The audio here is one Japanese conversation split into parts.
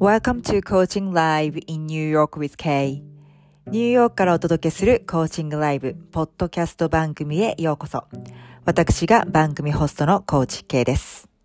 Welcome to Coaching Live in New York with Kay。 ニューヨークからお届けするコーチングライブポッドキャスト番組へようこそ。私が番組ホストのコーチ Kay です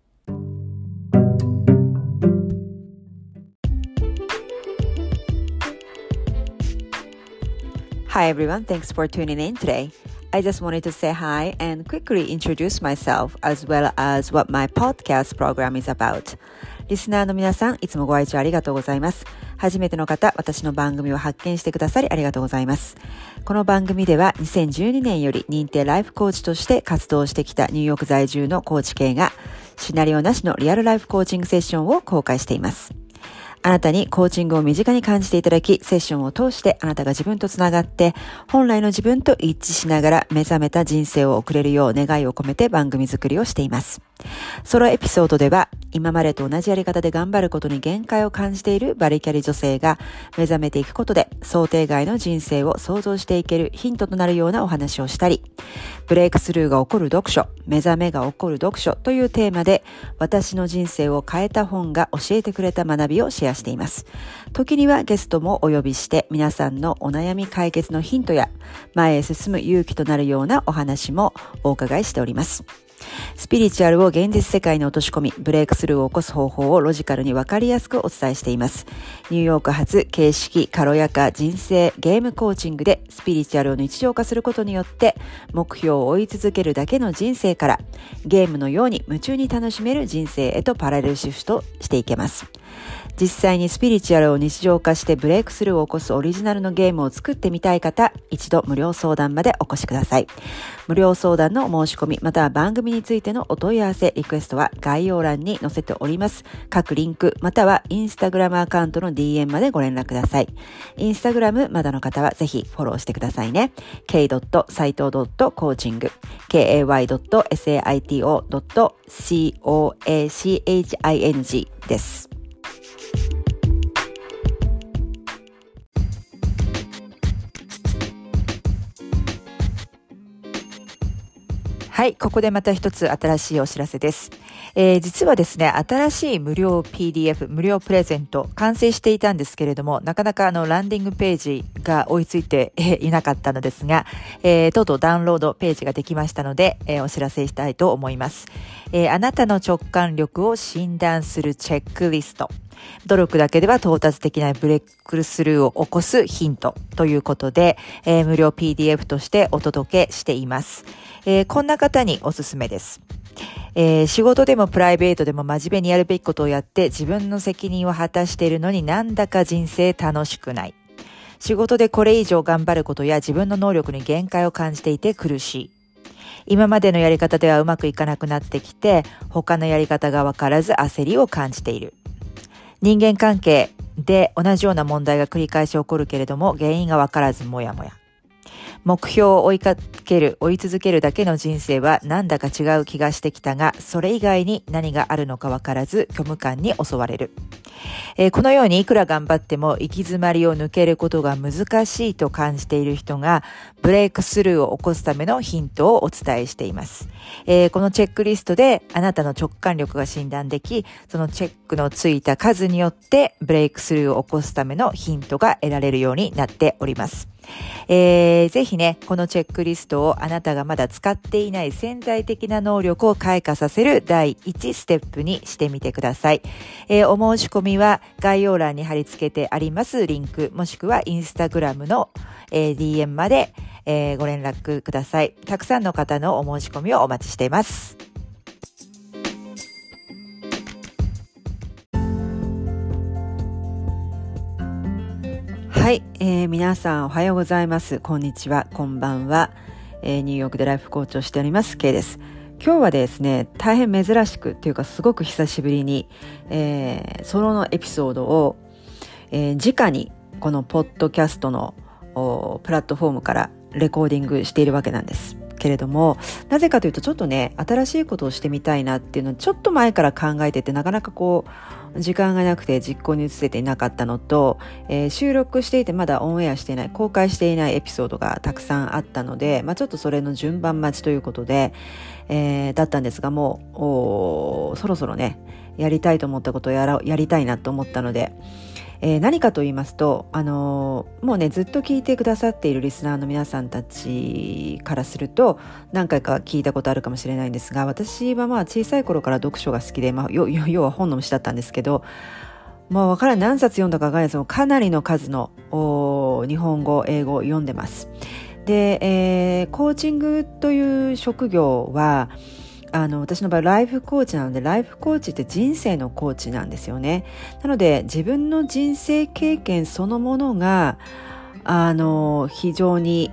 。Hi everyone, thanks for tuning in today. I just wanted to say hi and quickly introduce myself as well as what my podcast program is about. リスナーの皆さん、いつもご愛聴ありがとうございます。初めての方、私の番組を発見してくださりありがとうございます。この番組では2012年より認定ライフコーチとして活動してきたニューヨーク在住のコーチ系がシナリオなしのリアルライフコーチングセッションを公開しています。あなたにコーチングを身近に感じていただき、セッションを通してあなたが自分とつながって、本来の自分と一致しながら目覚めた人生を送れるよう願いを込めて番組作りをしています。ソロエピソードでは、今までと同じやり方で頑張ることに限界を感じているバリキャリ女性が目覚めていくことで、想定外の人生を想像していけるヒントとなるようなお話をしたり、ブレイクスルーが起こる読書、目覚めが起こる読書というテーマで、私の人生を変えた本が教えてくれた学びをシェアしています。時にはゲストもお呼びして、皆さんのお悩み解決のヒントや、前へ進む勇気となるようなお話もお伺いしております。スピリチュアルを現実世界に落とし込み、ブレイクスルーを起こす方法をロジカルに分かりやすくお伝えしています。ニューヨーク発形式軽やか人生ゲームコーチングでスピリチュアルを日常化することによって目標を追い続けるだけの人生からゲームのように夢中に楽しめる人生へとパラレルシフトしていけます。実際にスピリチュアルを日常化してブレイクスルーを起こすオリジナルのゲームを作ってみたい方、一度無料相談までお越しください。無料相談の申し込み、または番組についてのお問い合わせ、リクエストは概要欄に載せております。各リンク、またはインスタグラムアカウントの DM までご連絡ください。インスタグラムまだの方はぜひフォローしてくださいね。k.saito.coaching kay.saito.coaching です。はい、ここでまた一つ新しいお知らせです。実はですね、新しい無料 PDF、無料プレゼント完成していたんですけれども、なかなかランディングページが追いついていなかったのですが、とうとうダウンロードページができましたので、お知らせしたいと思います。あなたの直感力を診断するチェックリスト。努力だけでは到達できないブレイクスルーを起こすヒントということで、無料 PDF としてお届けしています。こんな方におすすめです。仕事でもプライベートでも真面目にやるべきことをやって自分の責任を果たしているのになんだか人生楽しくない。仕事でこれ以上頑張ることや自分の能力に限界を感じていて苦しい。今までのやり方ではうまくいかなくなってきて他のやり方が分からず焦りを感じている。人間関係で同じような問題が繰り返し起こるけれども原因が分からずもやもや。目標を追い続けるだけの人生はなんだか違う気がしてきたが、それ以外に何があるのか分からず虚無感に襲われる。このようにいくら頑張っても行き詰まりを抜けることが難しいと感じている人がブレイクスルーを起こすためのヒントをお伝えしています。このチェックリストであなたの直感力が診断でき、そのチェックのついた数によってブレイクスルーを起こすためのヒントが得られるようになっております。ぜひね、このチェックリストをあなたがまだ使っていない潜在的な能力を開花させる第1ステップにしてみてください。お申し込みは概要欄に貼り付けてありますリンク、もしくはインスタグラムの、DM まで、ご連絡ください。たくさんの方のお申し込みをお待ちしています。はい、皆さんおはようございます。こんにちは、こんばんは。ニューヨークでライフコーチをしております K です。今日はですね、大変珍しくというかすごく久しぶりに、ソロのエピソードを、直にこのポッドキャストのプラットフォームからレコーディングしているわけなんですけれども、なぜかというとちょっとね、新しいことをしてみたいなっていうのをちょっと前から考えてて、なかなか時間がなくて実行に移せていなかったのと、収録していてまだオンエアしていない、公開していないエピソードがたくさんあったので、ちょっとそれの順番待ちということで、だったんですが、もうそろそろね、やりたいと思ったことをやりたいなと思ったので、何かと言いますと、もうねずっと聞いてくださっているリスナーの皆さんたちからすると何回か聞いたことあるかもしれないんですが、私は小さい頃から読書が好きで、要は本の虫だったんですけど、わからない、何冊読んだかわからないですけど、かなりの数の日本語英語を読んでます。で、コーチングという職業は私の場合ライフコーチなので、ライフコーチって人生のコーチなんですよね。なので自分の人生経験そのものが非常に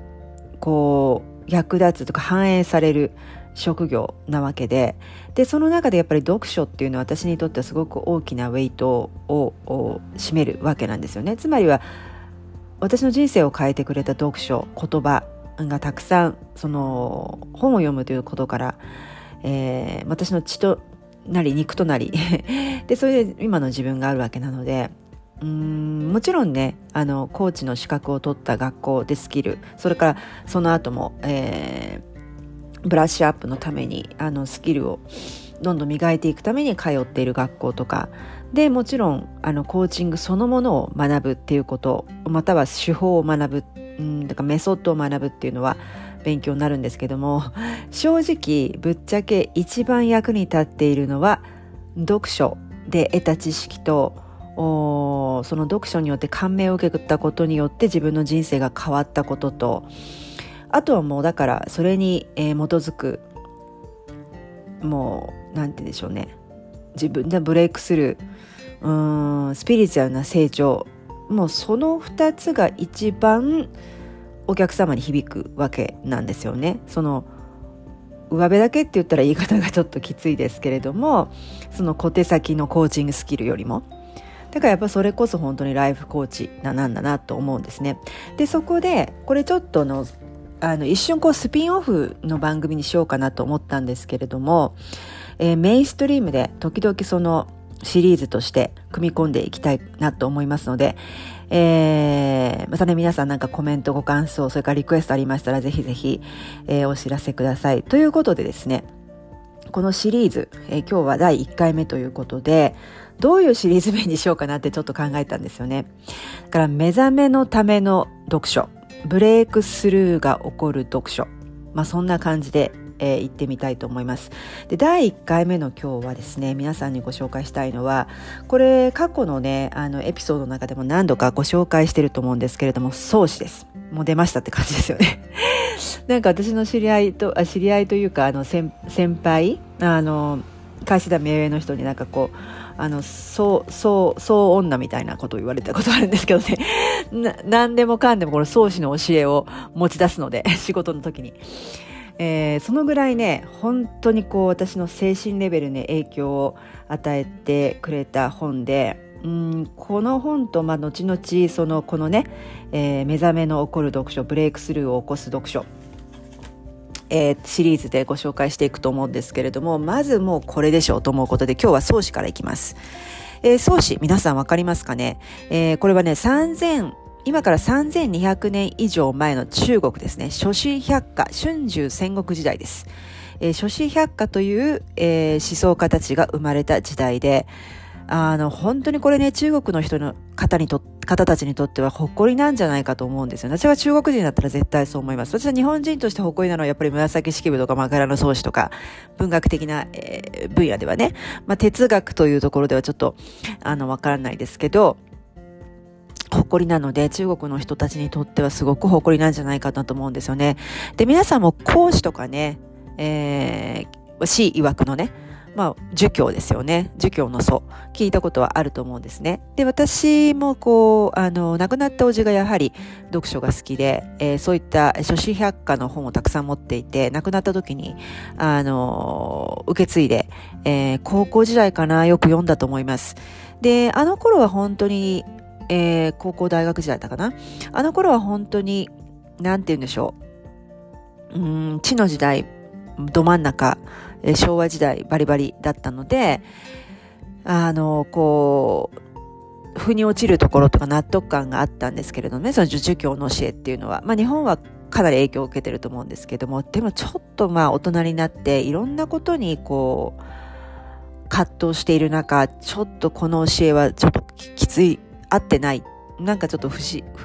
役立つとか反映される職業なわけで、その中でやっぱり読書っていうのは私にとってはすごく大きなウェイトを占めるわけなんですよね。つまりは私の人生を変えてくれた読書、言葉がたくさん、その本を読むということから、私の血となり肉となりでそれで今の自分があるわけなので、もちろんねコーチの資格を取った学校でスキル、それからその後も、ブラッシュアップのためにスキルをどんどん磨いていくために通っている学校とかで、もちろんコーチングそのものを学ぶっていうこと、または手法を学ぶ、だからメソッドを学ぶっていうのは勉強になるんですけども、正直ぶっちゃけ一番役に立っているのは読書で得た知識と、その読書によって感銘を受けたことによって自分の人生が変わったことと、あとはもうだからそれに基づく、もうなんて言うんでしょうね、自分でブレイクスルー、スピリチュアルな成長、もうその2つが一番お客様に響くわけなんですよね。その上辺だけって言ったら言い方がちょっときついですけれども、その小手先のコーチングスキルよりも、だからやっぱそれこそ本当にライフコーチなんだなと思うんですね。でそこでこれちょっと一瞬スピンオフの番組にしようかなと思ったんですけれども、メインストリームで時々そのシリーズとして組み込んでいきたいなと思いますので、またね皆さんなんかコメントご感想それからリクエストありましたらぜひぜひ、お知らせください。ということでですね、このシリーズ、今日は第1回目ということで、どういうシリーズ名にしようかなってちょっと考えたんですよね。だから目覚めのための読書、ブレイクスルーが起こる読書、そんな感じで行ってみたいと思います。で第1回目の今日はですね、皆さんにご紹介したいのは、これ過去のねエピソードの中でも何度かご紹介してると思うんですけれども、創始です。もう出ましたって感じですよねなんか私の知り合いというか先輩、会社では目上の人になんかそう女みたいなことを言われたことあるんですけどね何でもかんでもこの創始の教えを持ち出すので仕事の時に、そのぐらいね本当に私の精神レベルに影響を与えてくれた本で、この本と後々このね、目覚めの起こる読書、ブレイクスルーを起こす読書、シリーズでご紹介していくと思うんですけれども、まずもうこれでしょうと思うことで今日は創始からいきます。創始皆さんわかりますかね。これはね今から3200年以上前の中国ですね。諸子百家、春秋戦国時代です。諸子百家という、思想家たちが生まれた時代で、本当にこれね中国の方たちにとっては誇りなんじゃないかと思うんですよね。私は中国人だったら絶対そう思います。私は日本人として誇りなのはやっぱり紫式部とか枕草子とか文学的な、分野ではね、哲学というところではちょっとわからないですけど、誇りなので中国の人たちにとってはすごく誇りなんじゃないかなと思うんですよね。で皆さんも孔子とかね、子曰くのね、儒教ですよね。儒教の祖聞いたことはあると思うんですね。で私も亡くなったおじがやはり読書が好きで、そういった諸子百家の本をたくさん持っていて、亡くなった時に受け継いで、高校時代かなよく読んだと思います。で頃は本当に、高校大学時代だったかな、頃は本当になんて言うんでしょう、地の時代ど真ん中、昭和時代バリバリだったので、 腑に落ちるところとか納得感があったんですけれどもね、その儒教の教えっていうのは、日本はかなり影響を受けてると思うんですけども、でもちょっと大人になっていろんなことに葛藤している中、ちょっとこの教えはちょっときつい、合ってない、なんかちょっと不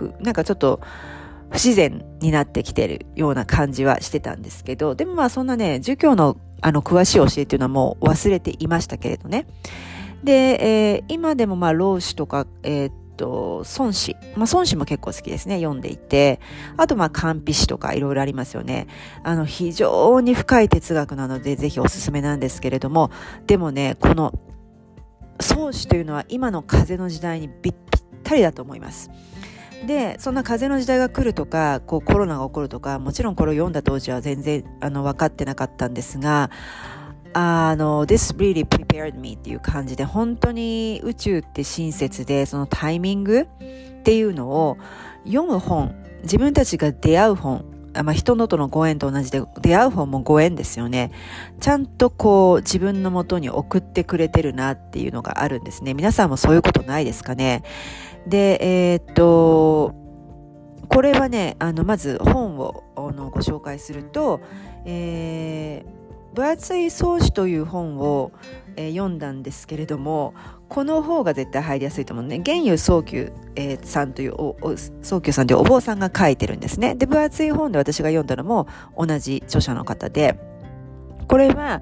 自然になってきてるような感じはしてたんですけど、でもそんなね、儒教の詳しい教えっていうのはもう忘れていましたけれどね。で、今でも老子とか、孫子。孫子も結構好きですね。読んでいて。あと韓非子とかいろいろありますよね。非常に深い哲学なので、ぜひおすすめなんですけれども、でもね、この孫子というのは今の風の時代にぴったりだと思います。で、そんな風の時代が来るとか、コロナが起こるとか、もちろんこれを読んだ当時は全然分かってなかったんですが、this really prepared me っていう感じで、本当に宇宙って親切で、そのタイミングっていうのを読む本、自分たちが出会う本、人のとのご縁と同じで、出会う本もご縁ですよね。ちゃんと自分の元に送ってくれてるなっていうのがあるんですね。皆さんもそういうことないですかね。で、これはね、まず本をご紹介すると、分厚い草子という本を、読んだんですけれども、この方が絶対入りやすいと思うね。玄遊宗久、さんという宗久さんというお坊さんが書いてるんですね。で、分厚い本で私が読んだのも同じ著者の方で、これは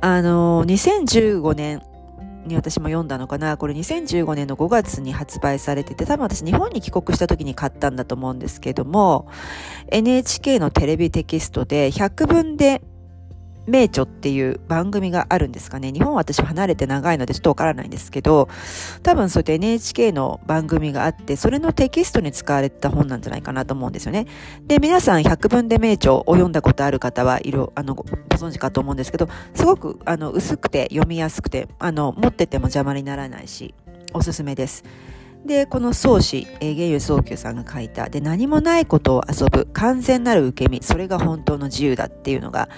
2015年に私も読んだのかな。これ2015年の5月に発売されてて、多分私日本に帰国した時に買ったんだと思うんですけども、NHK のテレビテキストで100分で名著っていう番組があるんですかね。日本は私離れて長いのでちょっとわからないんですけど、多分そういった NHK の番組があって、それのテキストに使われた本なんじゃないかなと思うんですよね。で、皆さん100分で名著を読んだことある方はご存知かと思うんですけど、すごく薄くて読みやすくて、持ってても邪魔にならないし、おすすめです。で、この宗子、玄遊宗久さんが書いた、で、何もないことを遊ぶ、完全なる受け身、それが本当の自由だっていうのが、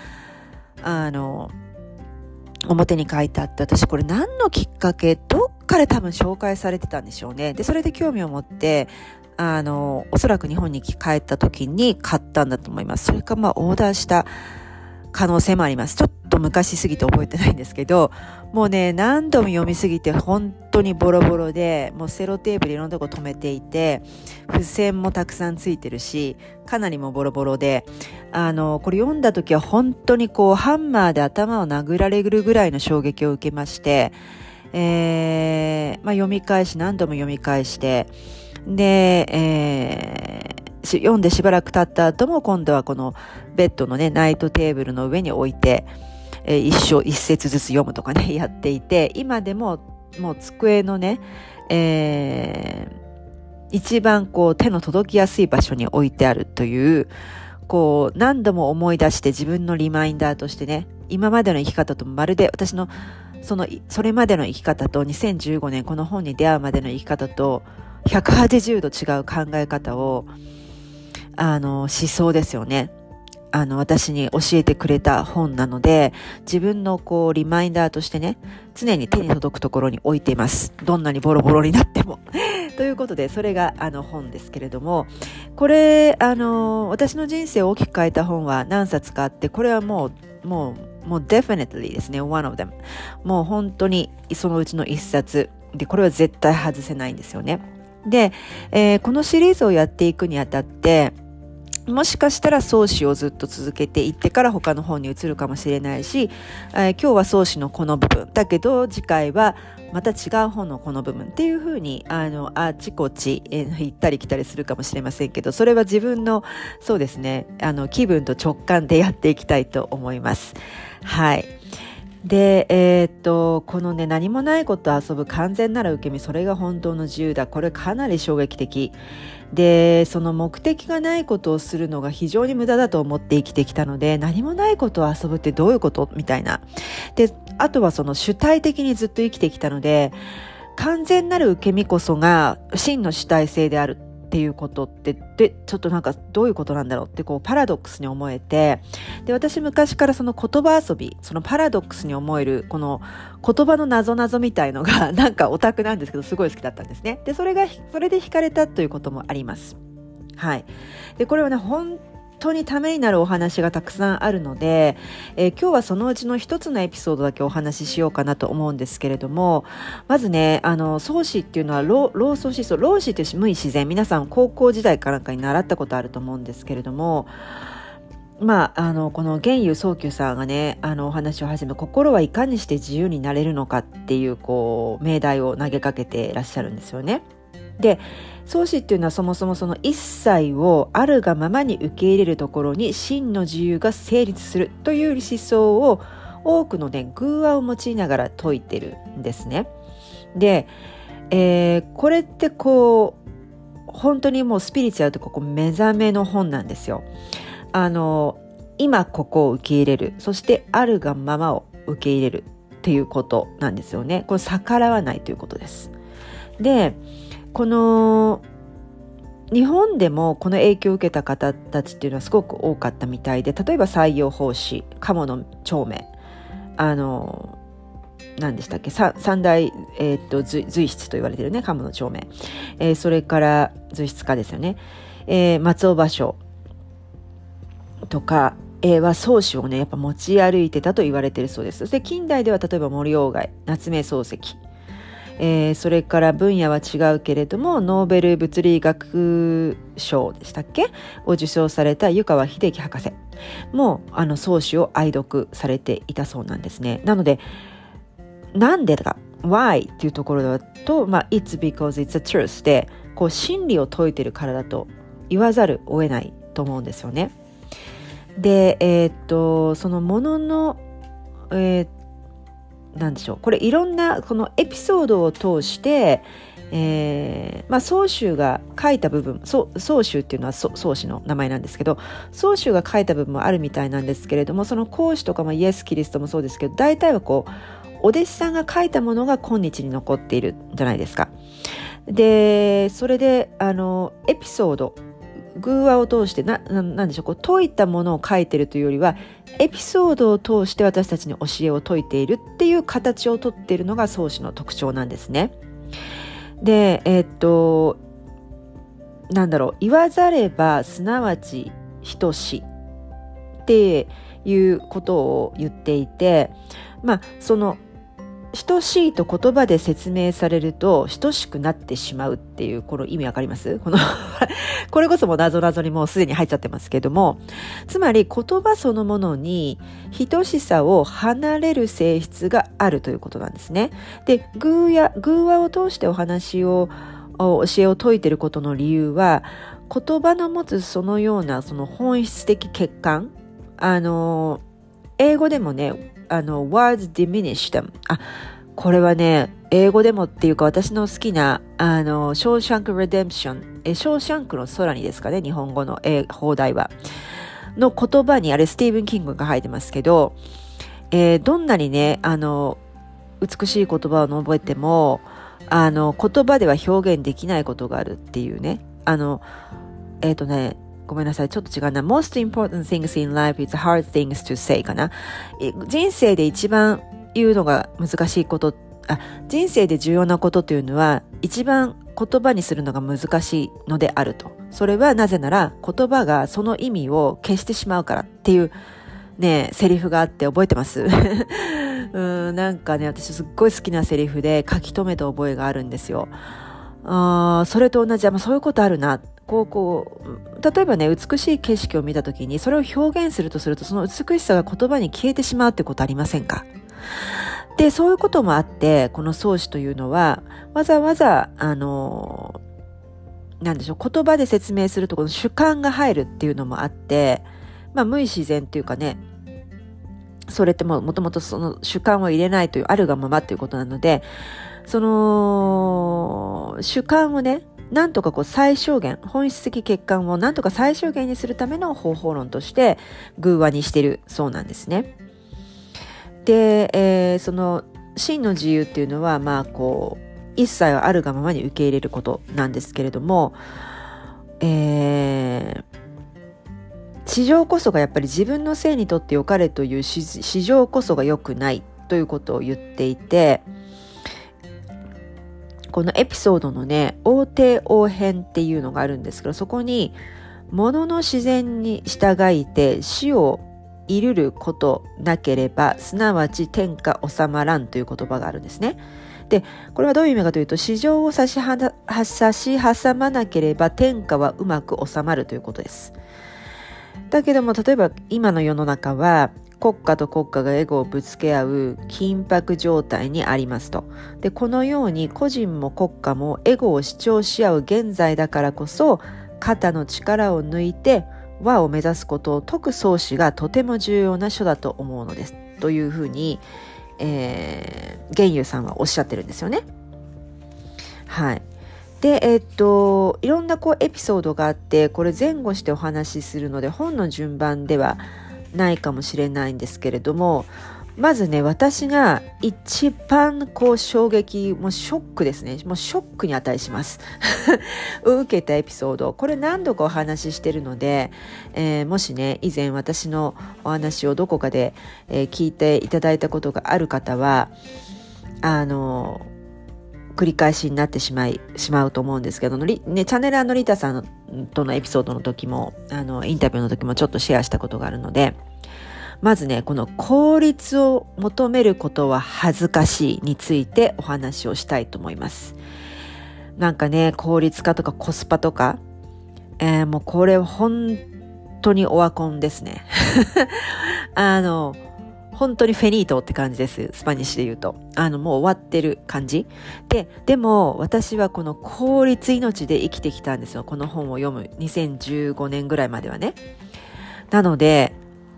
表に書いてあって、私これ何のきっかけ、どっかで多分紹介されてたんでしょうね。で、それで興味を持って、おそらく日本に帰った時に買ったんだと思います。それかオーダーした可能性もあります。ちょっと昔すぎて覚えてないんですけど、もうね、何度も読みすぎて本当にボロボロで、もうセロテープでいろんなとこ止めていて、付箋もたくさんついてるし、かなりもボロボロで、これ読んだ時は本当にハンマーで頭を殴られるぐらいの衝撃を受けまして、読み返し、何度も読み返して、で、読んでしばらく経った後も今度はこのベッドのね、ナイトテーブルの上に置いて、一節ずつ読むとかね、やっていて、今でももう机のね、一番手の届きやすい場所に置いてあるという、何度も思い出して自分のリマインダーとしてね、今までの生き方とまるで私のそれまでの生き方と2015年この本に出会うまでの生き方と180度違う考え方を思想ですよね。私に教えてくれた本なので、自分のリマインダーとしてね、常に手に届くところに置いています。どんなにボロボロになっても。ということで、それが本ですけれども、これ、私の人生を大きく変えた本は何冊かあって、これはもう definitely ですね、one of them。もう本当にそのうちの一冊。で、これは絶対外せないんですよね。で、このシリーズをやっていくにあたって、もしかしたら創始をずっと続けていってから他の本に移るかもしれないし、今日は創始のこの部分だけど次回はまた違う本のこの部分っていう風にあちこち、行ったり来たりするかもしれませんけど、それは自分のそうですね気分と直感でやっていきたいと思います。はい。で、このね、何もないことを遊ぶ完全なる受け身、それが本当の自由だ。これかなり衝撃的。で、その目的がないことをするのが非常に無駄だと思って生きてきたので、何もないことを遊ぶってどういうことみたいな。で、あとはその主体的にずっと生きてきたので、完全なる受け身こそが真の主体性であるっていうことってでちょっとなんかどういうことなんだろうってこうパラドックスに思えて、で私昔からその言葉遊び、そのパラドックスに思えるこの言葉の謎みたいのがなんかオタクなんですけどすごい好きだったんですね。でそれで惹かれたということもあります。はい。でこれはね本当にためになるお話がたくさんあるので、今日はそのうちの一つのエピソードだけお話ししようかなと思うんですけれども、まずね創始っていうのは老祖思想、老子っていう無為自然、皆さん高校時代かなんかに習ったことあると思うんですけれども、この玄侑宗久さんがねお話を始め、心はいかにして自由になれるのかっていう命題を投げかけていらっしゃるんですよね。で創始っていうのはそもそもその一切をあるがままに受け入れるところに真の自由が成立するという思想を多くのね偶話を用いながら説いてるんですね。で、これって本当にもうスピリチュアルと目覚めの本なんですよ。今ここを受け入れる、そしてあるがままを受け入れるっていうことなんですよね。これ逆らわないということです。でこの日本でもこの影響を受けた方たちっていうのはすごく多かったみたいで、例えば西洋法師、鴨の長明、何でしたっけ、三大、随筆と言われているね鴨の長明、それから随筆家ですよね、松尾芭蕉とかは創始をねやっぱ持ち歩いてたと言われているそうです。そして近代では例えば森鴎外、夏目漱石、それから分野は違うけれどもノーベル物理学賞でしたっけを受賞された湯川秀樹博士も創始を愛読されていたそうなんですね。なのでなんでか Why っていうところだと、It's because it's a truth で真理を説いているからだと言わざるを得ないと思うんですよね。でそのもののなんでしょう、これいろんなこのエピソードを通して、宗州が書いた部分、宗州っていうのは宗師の名前なんですけど、宗州が書いた部分もあるみたいなんですけれども、その講師とかイエス・キリストもそうですけど、大体はお弟子さんが書いたものが今日に残っているじゃないですか。でそれでエピソード、偶話を通してなんでしょう、説いたものを書いているというよりはエピソードを通して私たちに教えを説いているっていう形をとっているのが創始の特徴なんですね。で言わざればすなわち等しっていうことを言っていて、その等しいと言葉で説明されると等しくなってしまうっていうこの意味わかります？これこそも謎にもうすでに入っちゃってますけども、つまり言葉そのものに等しさを離れる性質があるということなんですね。で偶話を通して教えを説いていることの理由は、言葉の持つそのようなその本質的欠陥、英語でもねwords diminish them、これはね英語でもっていうか私の好きなショーシャンク・レデンプション、ショーシャンクの空にですかね、日本語の放題はの言葉に、あれスティーブン・キングが書いてますけど、どんなにね美しい言葉を述べても言葉では表現できないことがあるっていうね、ごめんなさい、ちょっと違うな。Most important things in life is hard things to say かな。人生で一番言うのが難しいこと、人生で重要なことというのは一番言葉にするのが難しいのであると。それはなぜなら言葉がその意味を消してしまうからっていうね、セリフがあって覚えてますなんかね、私すっごい好きなセリフで書き留めた覚えがあるんですよ。それと同じ、そういうことあるな。例えばね、美しい景色を見たときにそれを表現するとその美しさが言葉に消えてしまうってことありませんか？で、そういうこともあって、この創始というのはわざわざなんでしょう、言葉で説明するとこの主観が入るっていうのもあって、無意自然っていうかね、それってもともとその主観を入れないというあるがままということなので、その主観をねなんとか最小限、本質的欠陥をなんとか最小限にするための方法論として偶話にしているそうなんですね。で、その真の自由っていうのは一切はあるがままに受け入れることなんですけれども、 市場こそがやっぱり自分のせいにとって良かれという市場こそが良くないということを言っていて、このエピソードのね、応定応変っていうのがあるんですけど、そこに物の自然に従いて死をいるることなければ、すなわち天下収まらんという言葉があるんですね。で、これはどういう意味かというと、市場を差し挟まなければ天下はうまく収まるということです。だけども、例えば今の世の中は国家と国家がエゴをぶつけ合う緊迫状態にありますと。で、このように個人も国家もエゴを主張し合う現在だからこそ、肩の力を抜いて和を目指すことを説く創始がとても重要な書だと思うのですというふうに、玄侑さんはおっしゃってるんですよね。はい。で、いろんなエピソードがあって、これ前後してお話しするので本の順番ではないかもしれないんですけれども、まずね、私が一番衝撃、もうショックですね。もうショックに値します受けたエピソード、これ何度かお話ししてるので、もしね、以前私のお話をどこかで、聞いていただいたことがある方は繰り返しになってしまうと思うんですけど、チャンネルリタさんとのエピソードの時もインタビューの時もちょっとシェアしたことがあるので、まずね、この効率を求めることは恥ずかしいについてお話をしたいと思います。なんかね、効率化とかコスパとか、もうこれ本当にオワコンですね本当にフェニートって感じです。スパニッシュで言うと。もう終わってる感じ。でも私はこの効率命で生きてきたんですよ。この本を読む2015年ぐらいまではね。なので、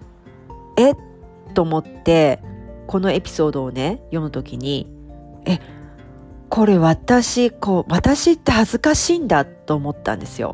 と思って、このエピソードをね、読むときに、これ私って恥ずかしいんだと思ったんですよ。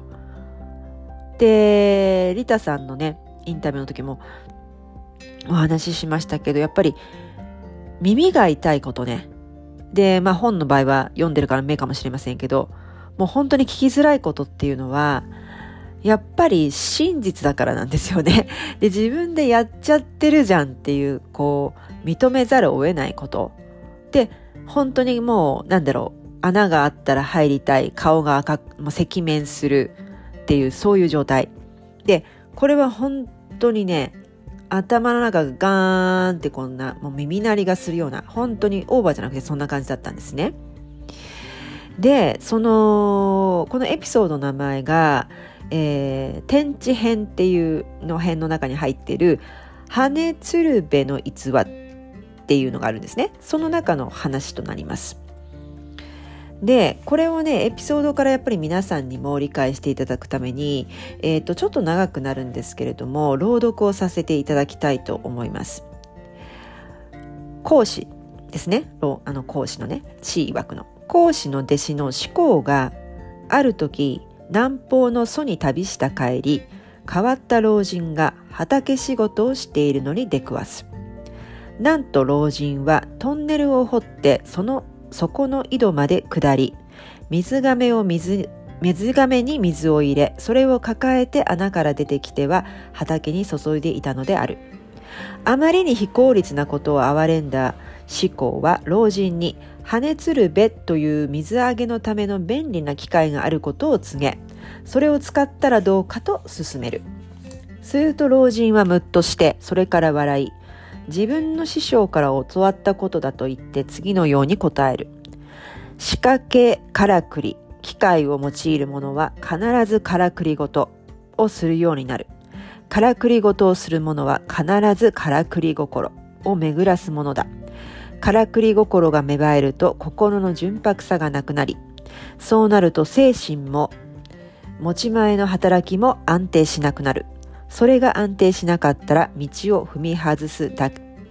で、リタさんのね、インタビューの時もお話ししましたけど、やっぱり耳が痛いことね。で、本の場合は読んでるから目かもしれませんけど、もう本当に聞きづらいことっていうのは、やっぱり真実だからなんですよね。で、自分でやっちゃってるじゃんっていう、認めざるを得ないこと。で、本当にもう、穴があったら入りたい、顔がもう赤面するっていう、そういう状態。で、これは本当にね、頭の中がガーンってこんな、もう耳鳴りがするような、本当にオーバーじゃなくてそんな感じだったんですね。で、このエピソードの名前が、天地編っていうの編の中に入っている羽鶴瓶の逸話っていうのがあるんですね。その中の話となります。で、これをね、エピソードからやっぱり皆さんにも理解していただくために、ちょっと長くなるんですけれども、朗読をさせていただきたいと思います。孔子ですね。孔子のね、地曰くの孔子の弟子の子貢がある時、南方の蘇に旅した帰り、変わった老人が畑仕事をしているのに出くわす。なんと老人はトンネルを掘ってそこの井戸まで下り、水亀に水を入れ、それを抱えて穴から出てきては畑に注いでいたのである。あまりに非効率なことを憐れんだ子貢は老人に羽鶴瓶という水揚げのための便利な機械があることを告げ、それを使ったらどうかと勧める。すると老人はむっとして、それから笑い、自分の師匠から教わったことだと言って次のように答える。仕掛けからくり、機械を用いる者は必ずからくりごとをするようになる。からくりごとをする者は必ずからくり心を巡らすものだ。からくり心が芽生えると心の純白さがなくなり、そうなると精神も持ち前の働きも安定しなくなる。それが安定しなかったら道を踏み外すだ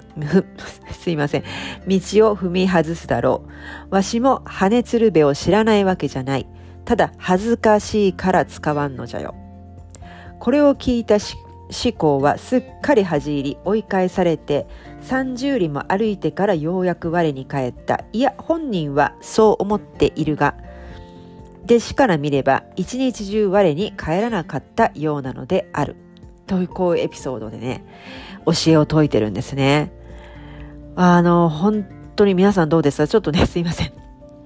ろう。わしも羽鶴瓶を知らないわけじゃない。ただ恥ずかしいから使わんのじゃよ。これを聞いた子貢はすっかり恥じ入り、追い返されて30里も歩いてからようやく我に返った。いや、本人はそう思っているが、 弟子から見れば一日中我に帰らなかったようなのであるという、こういうエピソードでね、教えを説いてるんですね。本当に皆さんどうですか？ちょっとね、すいません。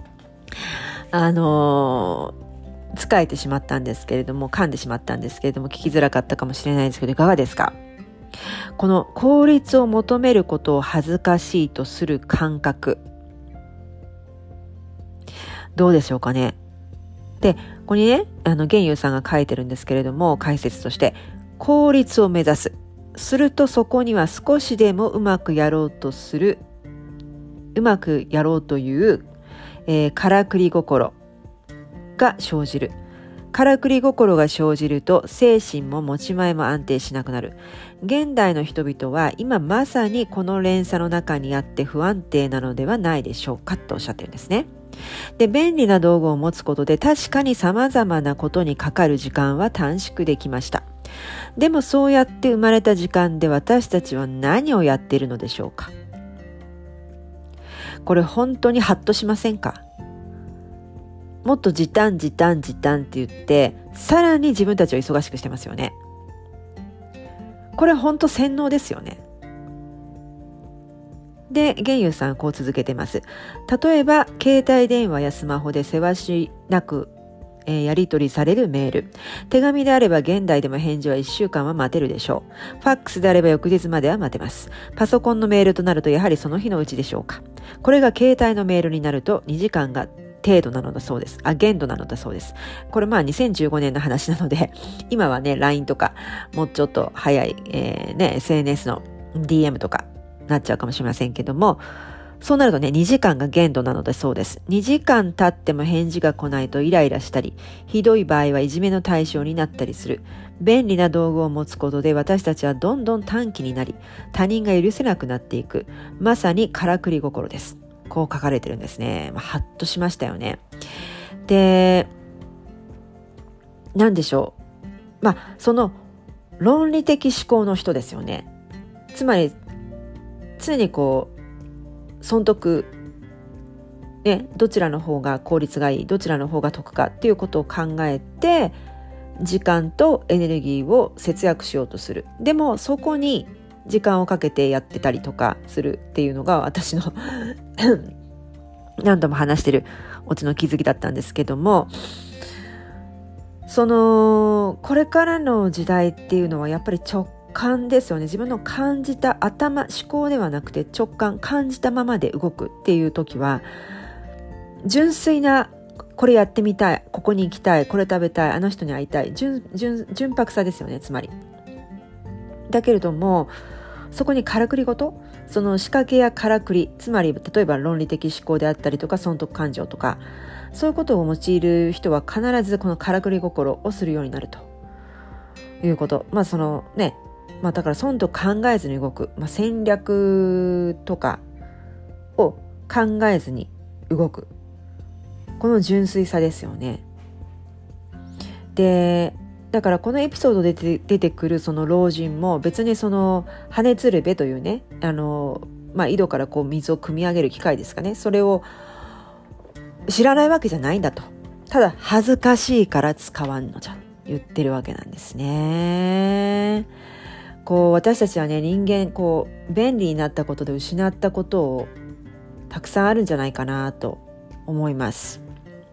疲れてしまったんですけれども、噛んでしまったんですけれども、聞きづらかったかもしれないですけど、いかがですか？この効率を求めることを恥ずかしいとする感覚。どうでしょうかね。で、ここにね、玄友さんが書いてるんですけれども、解説として、効率を目指す。するとそこには少しでもうまくやろうという、からくり心が生じる。からくり心が生じると精神も持ち前も安定しなくなる。現代の人々は今まさにこの連鎖の中にあって不安定なのではないでしょうかとおっしゃってるんですね。で、便利な道具を持つことで確かに様々なことにかかる時間は短縮できました。でもそうやって生まれた時間で私たちは何をやっているのでしょうか。これ本当にハッとしませんか？もっと時短って言って、さらに自分たちを忙しくしてますよね。これ本当洗脳ですよね。で、玄友さんこう続けてます。例えば、携帯電話やスマホでせわしなく、やり取りされるメール。手紙であれば現代でも返事は1週間は待てるでしょう。ファックスであれば翌日までは待てます。パソコンのメールとなるとやはりその日のうちでしょうか。これが携帯のメールになると2時間が程度なのだそうです。限度なのだそうです。これ2015年の話なので、今はね、LINE とか、もうちょっと早い、SNS の DM とかなっちゃうかもしれませんけども、そうなるとね、2時間が限度なのだそうです。2時間経っても返事が来ないとイライラしたり、ひどい場合はいじめの対象になったりする。便利な道具を持つことで私たちはどんどん短気になり、他人が許せなくなっていく。まさにからくり心です。こう書かれてるんですね。ハッとしましたよね。で、なんでしょう。その論理的思考の人ですよね。つまり、常に損得、ね、どちらの方が効率がいい、どちらの方が得かっていうことを考えて、時間とエネルギーを節約しようとする。でも、そこに時間をかけてやってたりとかするっていうのが私の何度も話してるオチの気づきだったんですけども、これからの時代っていうのはやっぱり直感ですよね。自分の感じた思考ではなくて直感、感じたままで動くっていう時は、純粋なこれやってみたい、ここに行きたい、これ食べたい、あの人に会いたい、純白さですよね、つまり。だけれども、そこにからくりごと、その仕掛けやからくり、つまり例えば論理的思考であったりとか損得感情とか、そういうことを用いる人は必ずこのからくり心をするようになるということ。だから損得考えずに動く、戦略とかを考えずに動く、この純粋さですよね。で、だからこのエピソードで出てくるその老人も別に羽鶴瓶というね、井戸から水を汲み上げる機械ですかね、それを知らないわけじゃないんだと。ただ恥ずかしいから使わんのじゃ言ってるわけなんですね。私たちはね、人間便利になったことで失ったことをたくさんあるんじゃないかなと思います。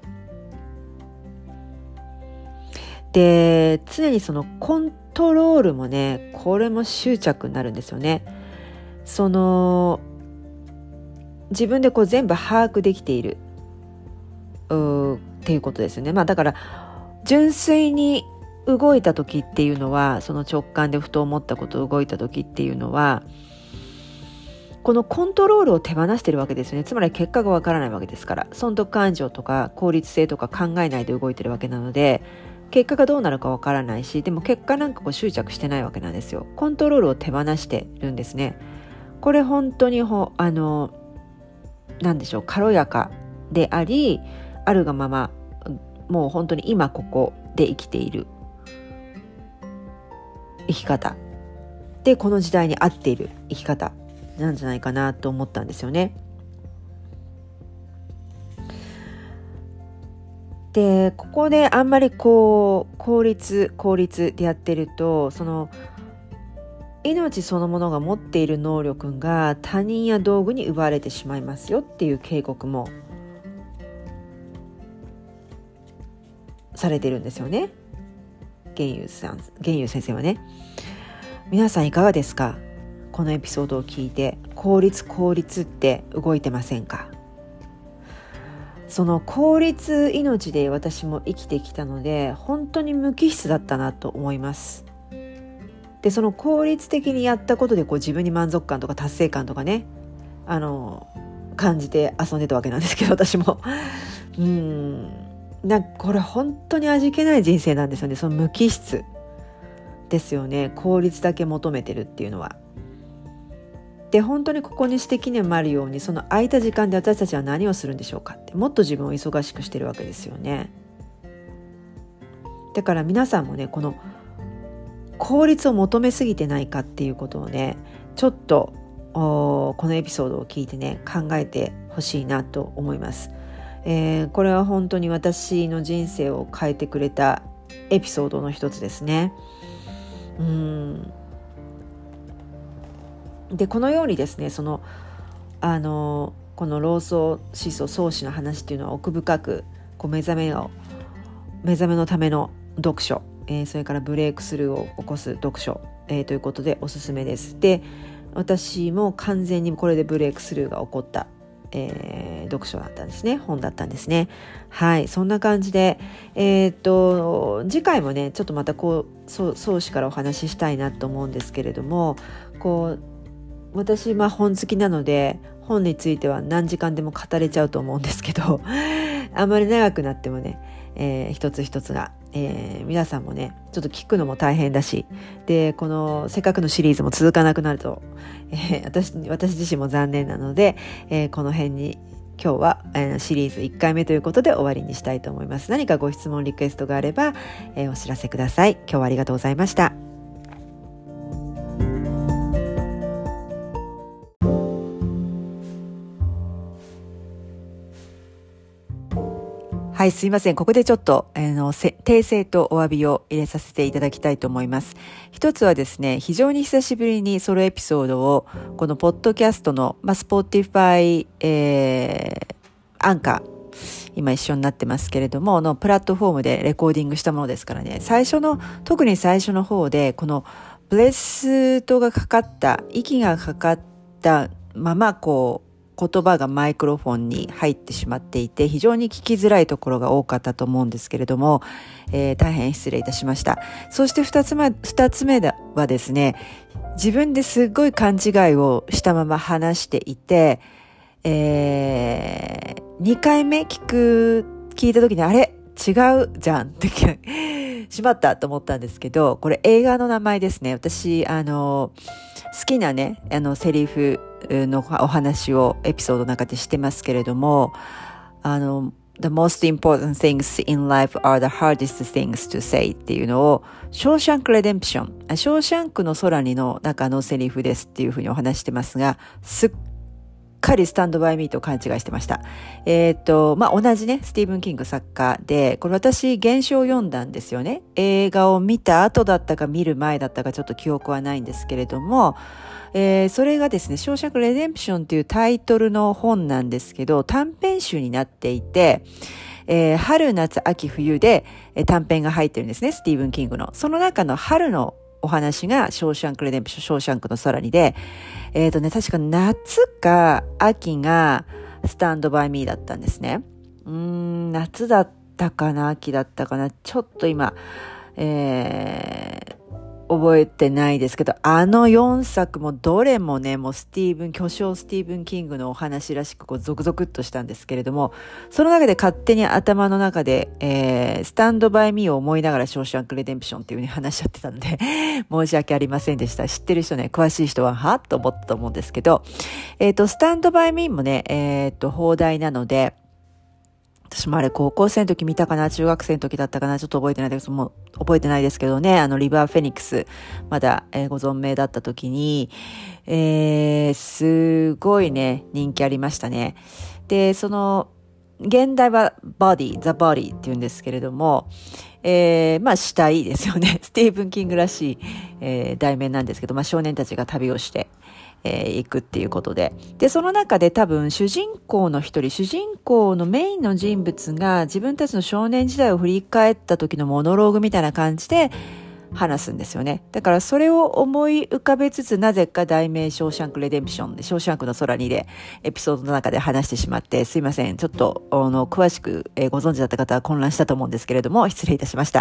で、常にコントロールもね、これも執着になるんですよね。自分で全部把握できているっていうことですよね。だから純粋に動いた時っていうのは、その直感でふと思ったことを動いた時っていうのは、このコントロールを手放してるわけですよね。つまり結果がわからないわけですから、損得感情とか効率性とか考えないで動いてるわけなので、結果がどうなるかわからないし、でも結果なんか執着してないわけなんですよ。コントロールを手放してるんですね。これ本当になんでしょう、軽やかであり、あるがまま、もう本当に今ここで生きている生き方で、この時代に合っている生き方なんじゃないかなと思ったんですよね。 で、ここであんまり効率でやってると、その命そのものが持っている能力が他人や道具に奪われてしまいますよっていう警告もされてるんですよね。玄友先生はね。皆さんいかがですか？このエピソードを聞いて、効率って動いてませんか？その効率命で私も生きてきたので、本当に無機質だったなと思います。で、その効率的にやったことで自分に満足感とか達成感とかね、感じて遊んでたわけなんですけど、私もこれ本当に味気ない人生なんですよね。その無機質ですよね。効率だけ求めてるっていうのは。で、本当にここに指摘にもあるように、その空いた時間で私たちは何をするんでしょうかって、もっと自分を忙しくしてるわけですよね。だから皆さんもね、この効率を求めすぎてないかっていうことをね、ちょっとこのエピソードを聞いてね、考えてほしいなと思います。これは本当に私の人生を変えてくれたエピソードの一つですね。で、このようにですね、この老荘思想創始の話っていうのは奥深く目覚めのための読書、それからブレイクスルーを起こす読書、ということでおすすめです。で、私も完全にこれでブレイクスルーが起こった、読書だったんですね。本だったんですね。はい、そんな感じで、次回もね、ちょっとまた創始からお話ししたいなと思うんですけれども、私本好きなので本については何時間でも語れちゃうと思うんですけどあんまり長くなってもね、一つ一つが、皆さんもねちょっと聞くのも大変だし、でこのせっかくのシリーズも続かなくなると、私自身も残念なので、この辺に今日は、シリーズ1回目ということで終わりにしたいと思います。何かご質問リクエストがあれば、お知らせください。今日はありがとうございました。はい、すいません。ここでちょっと、訂正とお詫びを入れさせていただきたいと思います。一つはですね、非常に久しぶりにソロエピソードを、このポッドキャストの、Spotify、アンカー、今一緒になってますけれども、のプラットフォームでレコーディングしたものですからね、特に最初の方で、このブレストがかかった、息がかかったまま言葉がマイクロフォンに入ってしまっていて、非常に聞きづらいところが多かったと思うんですけれども、大変失礼いたしました。そして二つ目はですね、自分ですっごい勘違いをしたまま話していて、2回目聞いた時にあれ違うじゃんってしまったと思ったんですけど、これ映画の名前ですね。私好きなねセリフのお話をエピソードの中でしてますけれども、The most important things in life are the hardest things to say っていうのをショーシャンクレデンプション、ショーシャンクの空にの中のセリフですっていうふうにお話してますが、すっかりスタンドバイミーと勘違いしてました。同じね、スティーブン・キング作家で、これ私原書を読んだんですよね。映画を見た後だったか見る前だったかちょっと記憶はないんですけれども、それがですね、ショーシャンク・レデンプションというタイトルの本なんですけど、短編集になっていて、春、夏、秋、冬で短編が入ってるんですね、スティーブン・キングの。その中の春のお話がショーシャンク・レデンプション、ショーシャンクの空にで、確か夏か秋がスタンドバイミーだったんですね。夏だったかな、秋だったかな、ちょっと今、覚えてないですけど、4作もどれもね、もう巨匠スティーブン・キングのお話らしくゾクゾクっとしたんですけれども、その中で勝手に頭の中で、スタンドバイミーを思いながらショーシャンク・レデンプションっていう風に話しちゃってたので申し訳ありませんでした。知ってる人ね、詳しい人はと思ったと思うんですけど、スタンドバイミーもね、放題なので、私もあれ高校生の時見たかな、中学生の時だったかな、ちょっと覚えてないですけどね、リバー・フェニックスまだ、ご存命だった時に、すごいね人気ありましたね。で、 現代はthe body って言うんですけれども、死体ですよね。スティーブン・キングらしい、題名なんですけど、少年たちが旅をして、行くっていうことで。で、その中で多分主人公のメインの人物が自分たちの少年時代を振り返った時のモノローグみたいな感じで話すんですよね。だからそれを思い浮かべつつ、なぜか題名ショーシャンクレデンプションで、ショーシャンクの空にでエピソードの中で話してしまって、すいません。ちょっと詳しくご存知だった方は混乱したと思うんですけれども、失礼いたしました。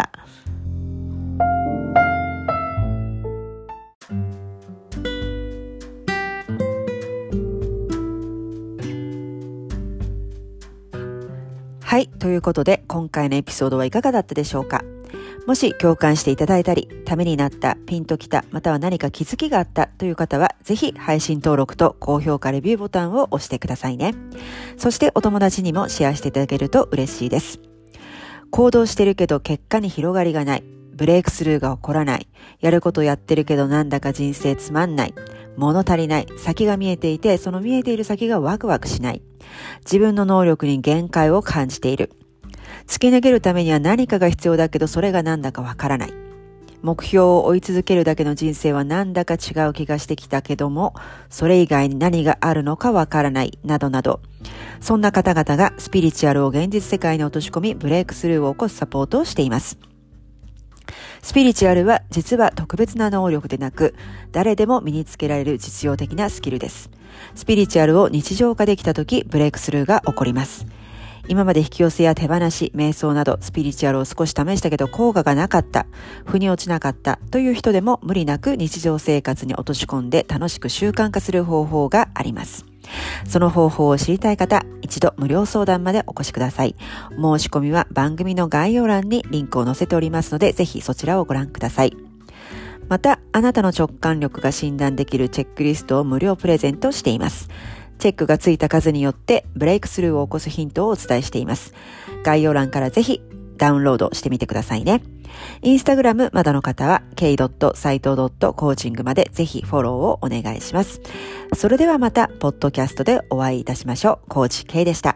はい。ということで、今回のエピソードはいかがだったでしょうか？もし共感していただいたり、ためになった、ピンときた、または何か気づきがあったという方は、ぜひ配信登録と高評価レビューボタンを押してくださいね。そしてお友達にもシェアしていただけると嬉しいです。行動してるけど結果に広がりがない。ブレイクスルーが起こらない。やることやってるけどなんだか人生つまんない。物足りない。先が見えていて、その見えている先がワクワクしない。自分の能力に限界を感じている。突き抜けるためには何かが必要だけど、それがなんだかわからない。目標を追い続けるだけの人生はなんだか違う気がしてきたけども、それ以外に何があるのかわからない、などなど。そんな方々がスピリチュアルを現実世界に落とし込み、ブレイクスルーを起こすサポートをしています。スピリチュアルは実は特別な能力でなく、誰でも身につけられる実用的なスキルです。スピリチュアルを日常化できたとき、ブレイクスルーが起こります。今まで引き寄せや手放し、瞑想などスピリチュアルを少し試したけど効果がなかった、腑に落ちなかったという人でも無理なく日常生活に落とし込んで楽しく習慣化する方法があります。その方法を知りたい方、一度無料相談までお越しください。申し込みは番組の概要欄にリンクを載せておりますので、ぜひそちらをご覧ください。また、あなたの直感力が診断できるチェックリストを無料プレゼントしています。チェックがついた数によってブレイクスルーを起こすヒントをお伝えしています。概要欄からぜひダウンロードしてみてくださいね。インスタグラムまだの方は k.saito.coaching までぜひフォローをお願いします。それではまたポッドキャストでお会いいたしましょう。コーチ K でした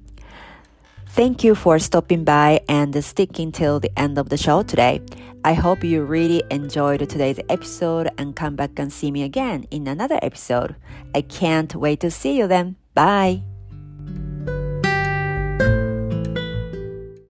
。Thank you for stopping by and sticking till the end of the show today. I hope you really enjoyed today's episode and come back and see me again in another episode. I can't wait to see you then. Bye!